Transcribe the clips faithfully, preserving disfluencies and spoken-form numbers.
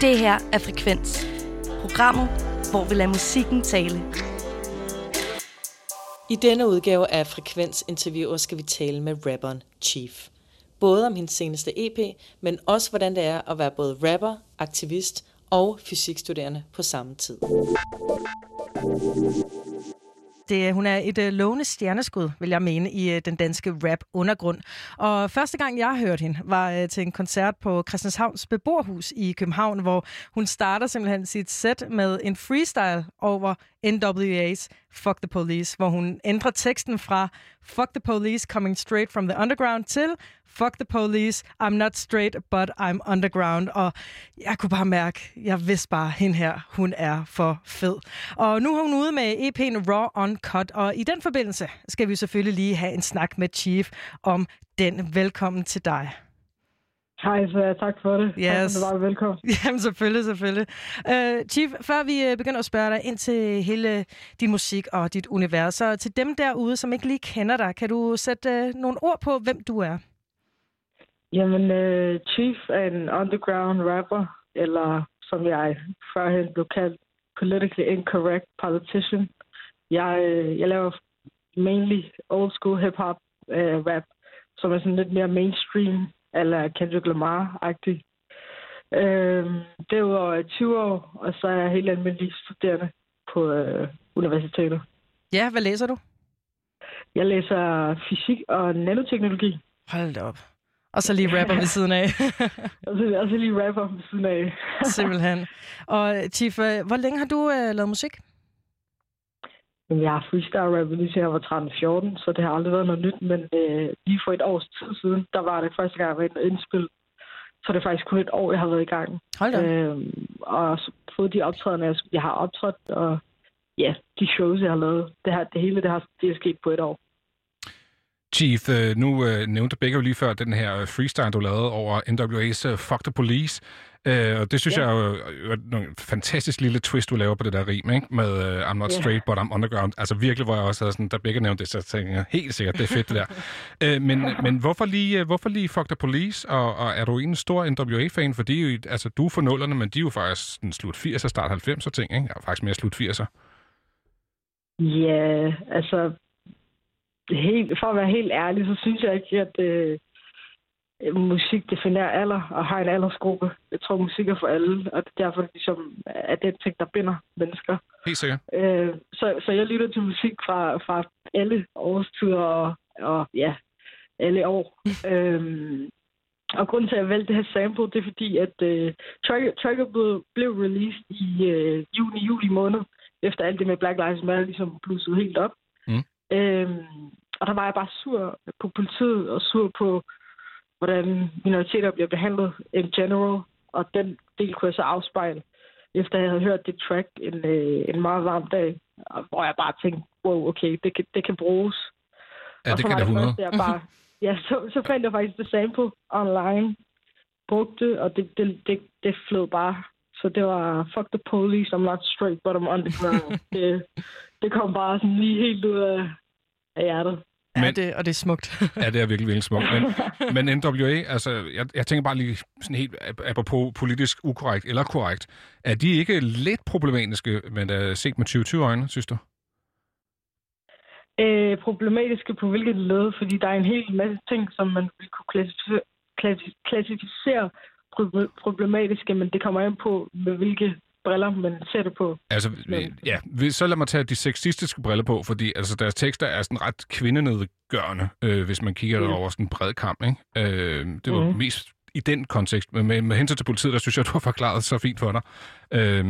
Det her er Frekvens. Programmet, hvor vi lader musikken tale. I denne udgave af Frekvens interviewer skal vi tale med rapperen Chief. Både om hendes seneste E P, men også hvordan det er at være både rapper, aktivist og fysikstuderende på samme tid. Det, hun er et uh, lovende stjerneskud, vil jeg mene, i uh, den danske rap-undergrund. Og første gang, jeg hørte hende, var uh, til en koncert på Christianshavns beboerhus i København, hvor hun starter simpelthen sit set med en freestyle over N W A's Fuck the Police, hvor hun ændrer teksten fra Fuck the Police coming straight from the underground til Fuck the Police, I'm not straight, but I'm underground. Og jeg kunne bare mærke, jeg vidste bare, hende her, hun er for fed. Og nu er hun ude med E P'en Raw Uncut, og i den forbindelse skal vi selvfølgelig lige have en snak med Chief om den. Velkommen til dig. Hej, så tak for det. Yes. Tak for det, velkommen. Jamen selvfølgelig, selvfølgelig. Uh, Chief, før vi begynder at spørge dig ind til hele din musik og dit univers, så til dem derude, som ikke lige kender dig, kan du sætte uh, nogle ord på, hvem du er? Jamen, uh, Chief er en underground rapper, eller som jeg førhen blev kaldt, politically incorrect politician. Jeg, uh, jeg laver mainly old school hip-hop uh, rap, som er sådan lidt mere mainstream, eller Kendrick Lamar-agtig. Øhm, derudover er jeg tyve år, og så er jeg helt almindelig studerende på øh, universitetet. Ja, hvad læser du? Jeg læser fysik og nanoteknologi. Hold da op. Og så lige rapper ved siden af. og, så, og så lige rapper ved siden af. Simpelthen. Og Chief, hvor længe har du øh, lavet musik? Jeg har freestyle-rappet lige siden jeg var tretten fjorten, så det har aldrig været noget nyt. Men øh, lige for et års tid siden, der var det første gang, jeg var inde og indspil. Så det er faktisk kun et år, jeg har været i gang. Hold da. Øhm, og fået de optrædener, jeg, jeg har optrådt, og ja, de shows, jeg har lavet. Det, her, det hele det har, det er sket på et år. Chief, nu øh, nævnte begge jo lige før den her freestyle, du lavede over N W A's uh, Fuck the Police. Uh, og det synes ja. jeg er jo en fantastisk lille twist, du laver på det der rim, ikke? Med uh, I'm not ja. straight, but I'm underground. Altså virkelig, hvor jeg også havde sådan, der begge nævnte det, så tænkte jeg helt sikkert, det er fedt det der. uh, men, men hvorfor lige, uh, hvorfor lige Fuck the Police? Og, og er du en stor N W A-fan? For de er jo, altså du er for nullerne, men de er jo faktisk en slut firser, start halvfemser ting, ikke? Ja, faktisk mere slut firser. Ja, altså helt, for at være helt ærlig, så synes jeg ikke, at øh, musik definerer alder og har en aldersgruppe. Jeg tror, musik er for alle, og det er derfor, ligesom, at det er ting, der binder mennesker. Helt sikkert. Øh, så, så jeg lytter til musik fra, fra alle årstider og, og ja, alle år. øhm, og grunden til, at jeg valgte det her sample, det er fordi, at øh, tracket, tracket blev, blev released i øh, juni-juli måned, efter alt det med Black Lives Matter ligesom blussede helt op. Mm. Øhm, og der var jeg bare sur på politiet og sur på, hvordan minoriteter bliver behandlet in general. Og den del kunne jeg så afspejle, efter jeg havde hørt det track en, øh, en meget varm dag, hvor jeg bare tænkte, wow, okay, det kan, det kan bruges. Ja, og det så kan det hundrede. Første, jeg bare, ja, så, så fandt jeg faktisk det sample online, brugte, og det, det, det, det flød bare. Så det var Fuck the Police, I'm not straight, but I'm underground. det, det kom bare sådan lige helt ud af, af hjertet. Men, ja, det, og det er smukt. ja, det er virkelig, virkelig smukt. Men, men N W A, altså, jeg, jeg tænker bare lige sådan helt apropos politisk ukorrekt eller korrekt. Er de ikke lidt problematiske, men uh, set med tyve tyve øjne, synes du? Øh, problematiske på hvilket led? Fordi der er en hel masse ting, som man vil kunne klassificere, klassificere problematiske, men det kommer an på, med hvilke briller man ser det på. Altså, ja, så lad mig tage de sexistiske briller på, fordi altså, deres tekster er sådan ret kvindenedgørende, øh, hvis man kigger mm. over sådan en bred kamp, ikke? Øh, det var mm. mest i den kontekst. Men med, med hensyn til politiet, der synes jeg, du har forklaret så fint for dig. Øh,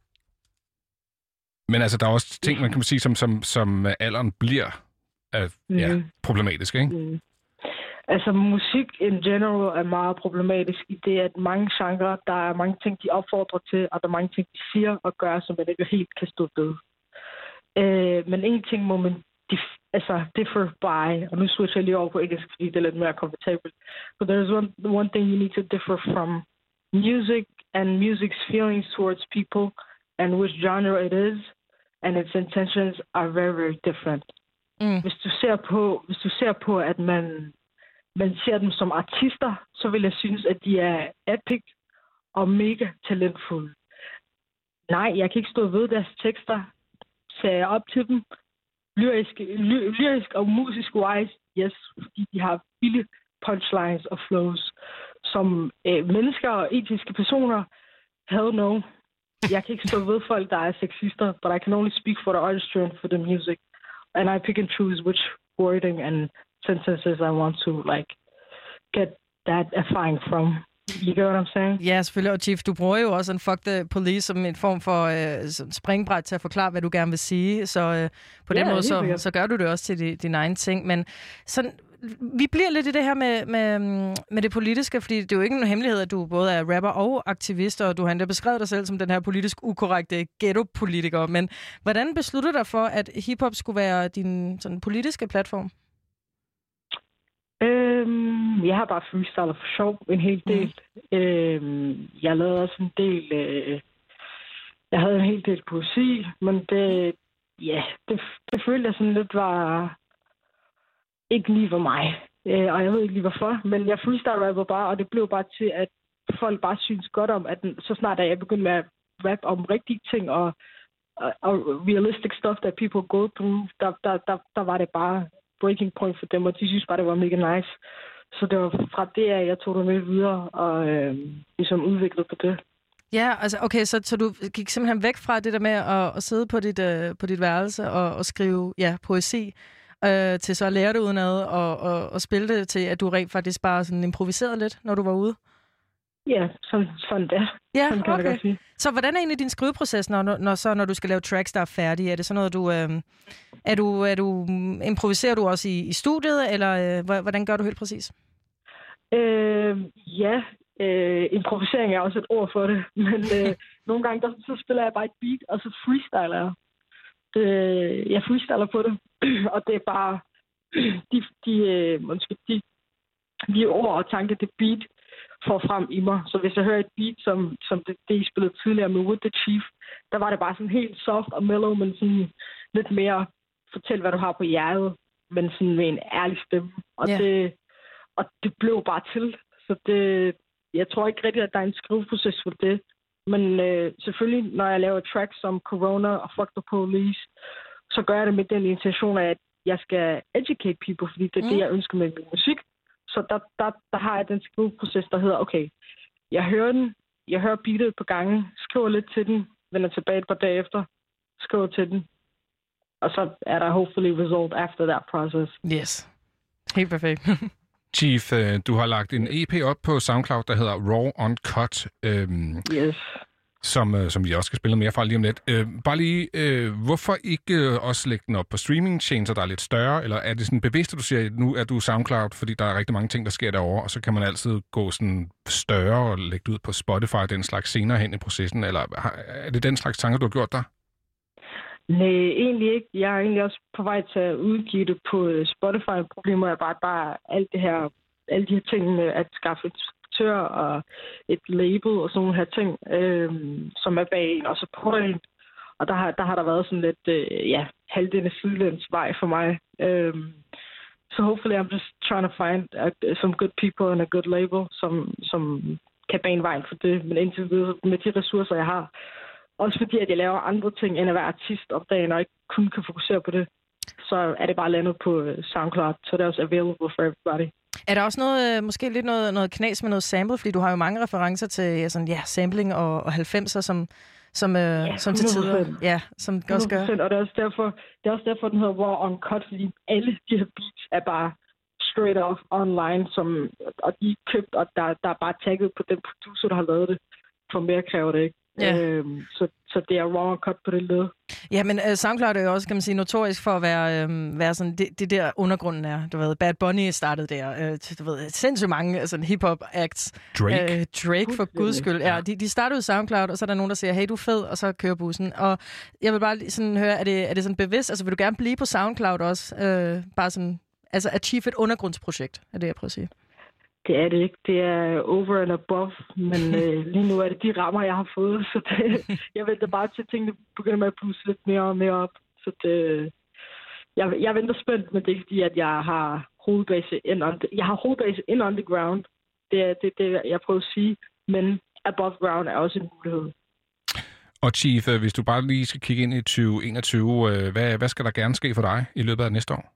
men altså, der er også ting, man kan sige, som, som, som alderen bliver øh, mm. ja, problematisk, ikke? Mm. Altså, musik in general er meget problematisk i det, at mange genrer, der er mange ting, de opfordrer til, og der er mange ting, de siger og gør, som man ikke helt kan stå ved. Øh, men en ting må man dif- altså, differ by, og nu switcher jeg lige over på engelsk, fordi det er lidt mere komfortabelt. But there's one, one thing you need to differ from music and music's feelings towards people and which genre it is, and its intentions are very, very different. Mm. Hvis du ser på, hvis du ser på, at man man ser dem som artister, så vil jeg synes, at de er epic og mega talentfulde. Nej, jeg kan ikke stå ved deres tekster. Ser jeg op til dem. Lyrisk, ly, lyrisk og musisk wise, yes, fordi de har vilde punchlines og flows, som øh, mennesker og etiske personer, hell no. Jeg kan ikke stå ved folk, der er sexister, but I can only speak for the artistry and for the music. And I pick and choose which wording and sentences I want to, like, get that erfaring from. You get what I'm saying? Ja, selvfølgelig. Og Chief, du bruger jo også en fuck the police som en form for øh, springbræt til at forklare, hvad du gerne vil sige. Så øh, på den ja, måde, så, så gør du det også til de, dine egne ting. Men sådan, vi bliver lidt i det her med, med, med det politiske, fordi det er jo ikke en hemmelighed, at du både er rapper og aktivist, og du har endda beskrevet dig selv som den her politisk ukorrekte ghetto-politiker. Men hvordan besluttede du dig for, at hiphop skulle være din sådan, politiske platform? Øhm, jeg har bare freestylet for sjov en hel del. Mm. Øhm, jeg lavede også en del... Øh, jeg havde en hel del poesi, men det... Ja, det, det følte jeg sådan lidt var... Ikke lige for mig. Øh, og jeg ved ikke lige hvorfor, men jeg freestyle-rappede bare, og det blev bare til, at folk bare synes godt om, at så snart jeg begyndte med at rappe om rigtige ting, og, og, og realistic stuff that people go through, der, der, der, der var det bare... breaking point for dem, og de synes bare, det var mega nice. Så det var fra det af, jeg tog det med videre, og øh, ligesom udviklede på det. Ja, altså okay, så, så du gik simpelthen væk fra det der med at, at sidde på dit, øh, på dit værelse og, og skrive ja, poesi, øh, til så at lære det udenad, og, og, og spille det til, at du rent faktisk bare sådan improviserede lidt, når du var ude? Ja, sådan, sådan der. Ja, sådan kan okay. jeg godt sige. Så hvordan er egentlig din skriveproces, når, når, så, når du skal lave tracks, der er færdige? Er det sådan noget, du... Øh, er du, er du improviserer du også i, i studiet, eller øh, hvordan gør du helt præcis? Øh, ja, øh, improvisering er også et ord for det, men øh, nogle gange der, så spiller jeg bare et beat, og så freestyler jeg. Det, jeg freestyler på det, og det er bare de, de, øh, måske de, de ord og tanker, det beat får frem i mig. Så hvis jeg hører et beat, som, som det, det, I spillede tidligere med With the Chief, der var det bare sådan helt soft og mellow, men sådan lidt mere fortæl, hvad du har på hjertet, men sådan med en ærlig stemme. Og, yeah. det, og det blev bare til. Så det, jeg tror ikke rigtigt, at der er en skriveproces for det. Men øh, selvfølgelig, når jeg laver tracks som Corona og Fuck the Police, så gør jeg det med den intention af, at jeg skal educate people, fordi det er mm. det, jeg ønsker med min musik. Så der, der, der har jeg den skriveproces, der hedder, okay, jeg hører den, jeg hører beatet på gangen, skriver lidt til den, vender tilbage et par dage efter, skriver til den, og så er der hopefully result after that process. Yes. Helt perfekt. Chief, du har lagt en E P op på SoundCloud, der hedder Raw Uncut. Øhm, yes. Som, som vi også skal spille mere fra lige om lidt. Øh, bare lige, øh, hvorfor ikke øh, også lægge den op på streaming-tjeneser, der er lidt større? Eller er det sådan bevidst, at du siger, at nu er du SoundCloud, fordi der er rigtig mange ting, der sker derovre, og så kan man altid gå sådan større og lægge det ud på Spotify, den slags senere hen i processen? Eller er det den slags tanker, du har gjort der? Nej, egentlig ikke. Jeg er egentlig også på vej til at udgive det på Spotify. Problemet er bare, bare alt det her, alle de her ting med at skaffe et og et label og sådan nogle her ting, øh, som er bag en, og supporter en. Og der har, der har der været sådan lidt, øh, ja, halvdelen sidelæns vej for mig. Øh, so hopefully I'm just trying to find uh, some good people and a good label, som, som kan bane vejen for det. Men indtil videre, med de ressourcer, jeg har. Også fordi, at jeg laver andre ting, end at være artist om dagen, og ikke kun kan fokusere på det. Så er det bare landet på SoundCloud, så det er også available for everybody. Er der også noget, måske lidt noget, noget knas med noget sample? Fordi du har jo mange referencer til sådan, ja, sampling og, og halvfemser, som, som, ja, som til tider... Ja, som det også gør. Og det er også derfor, det er også derfor den hedder Raw Uncut, fordi alle de her beats er bare straight off online, som, og de er købt, og der, der er bare tagget på den producer, der har lavet det. For mere kræver det ikke. Ja. Øhm, så, så det er Raw Uncut på det led. Ja, men uh, SoundCloud er jo også, kan man sige, notorisk for at være, øhm, være sådan, det, det der undergrunden er. Du ved, Bad Bunny startede der. Øh, du ved, sindssygt mange altså, hip-hop acts. Drake. Øh, Drake, for guds skyld. Ja, de, de startede SoundCloud, og så er der nogen, der siger, hey, du er fed, og så kører bussen. Og jeg vil bare sådan høre, er det, er det sådan bevidst? Altså, vil du gerne blive på SoundCloud også? Øh, bare sådan, altså, achieve et undergrundsprojekt, er det, jeg prøver at sige. Det er det ikke. Det er over and above, men øh, lige nu er det de rammer, jeg har fået, så det, jeg venter bare til, at tingene begynder med at blusse lidt mere og mere op. Så det, jeg, jeg venter spændt, men det er fordi, at jeg har hovedbase in on, jeg har hovedbase in underground. Det er det, det, jeg prøver at sige, men above ground er også en mulighed. Og Chief, hvis du bare lige skal kigge ind i tyve enogtyve, hvad, hvad skal der gerne ske for dig i løbet af næste år?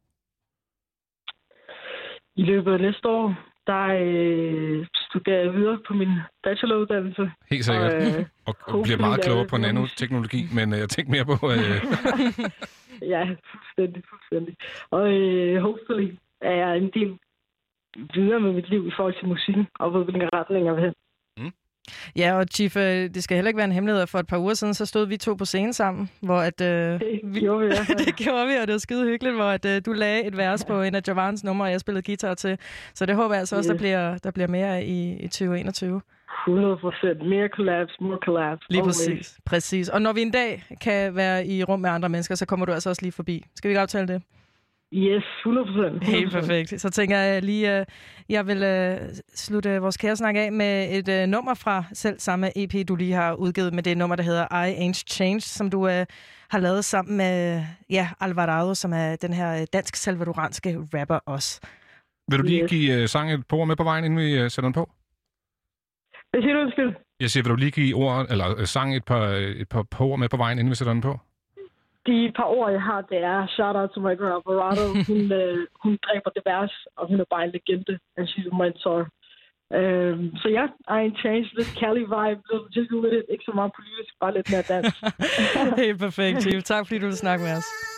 I løbet af næste år, der øh, studerer jeg videre på min bacheloruddannelse. Helt sikkert. Og, øh, og, og bliver meget klogere på nanoteknologi, men jeg tænker mere på... Øh... ja, fuldstændig, fuldstændig. Og øh, hopefully er jeg en del videre med mit liv i forhold til musikken, og ved, hvilken retning jeg vil hen. Mm. Ja, og Chief, det skal heller ikke være en hemmelighed. For et par uger siden, så stod vi to på scenen sammen, hvor at... Øh, det vi, gjorde vi, ja. det gjorde vi, og det var skide hyggeligt, hvor at, øh, du lagde et vers på en af Javans numre, og jeg spillede guitar til. Så det håber jeg altså yes. også, der bliver, der bliver mere i, i tyve enogtyve. hundrede procent. Mere collabs, more collabs. Lige præcis. præcis. Og når vi en dag kan være i rum med andre mennesker, så kommer du altså også lige forbi. Skal vi ikke aftale det? Yes, hundrede procent. Helt perfekt. Så tænker jeg lige, uh, jeg vil uh, slutte vores kæresnak af med et uh, nummer fra selv samme E P, du lige har udgivet, med det nummer, der hedder I Ain't Changed, som du uh, har lavet sammen med ja, Alvarado, som er den her dansk-salvadoranske rapper også. Vil du lige yes. give uh, sangen et par ord med på vejen, inden vi uh, sætter den på? Hvad siger du, undskyld? Jeg siger, vil du lige give ord, eller uh, sang et par, et par, par ord med på vejen, inden vi sætter den på? De par ord, jeg har, det er shout out to my girl, Alvarado. Hun, øh, hun dræber det vers, og hun er bare en legende, and she's a mentor. Um, så ja, I Ain't Changed, lidt Cali vibe, lidt jiggle with it, ikke så meget politisk, bare lidt mere dans. Helt perfekt, Chief. Tak fordi du vil snakke med os.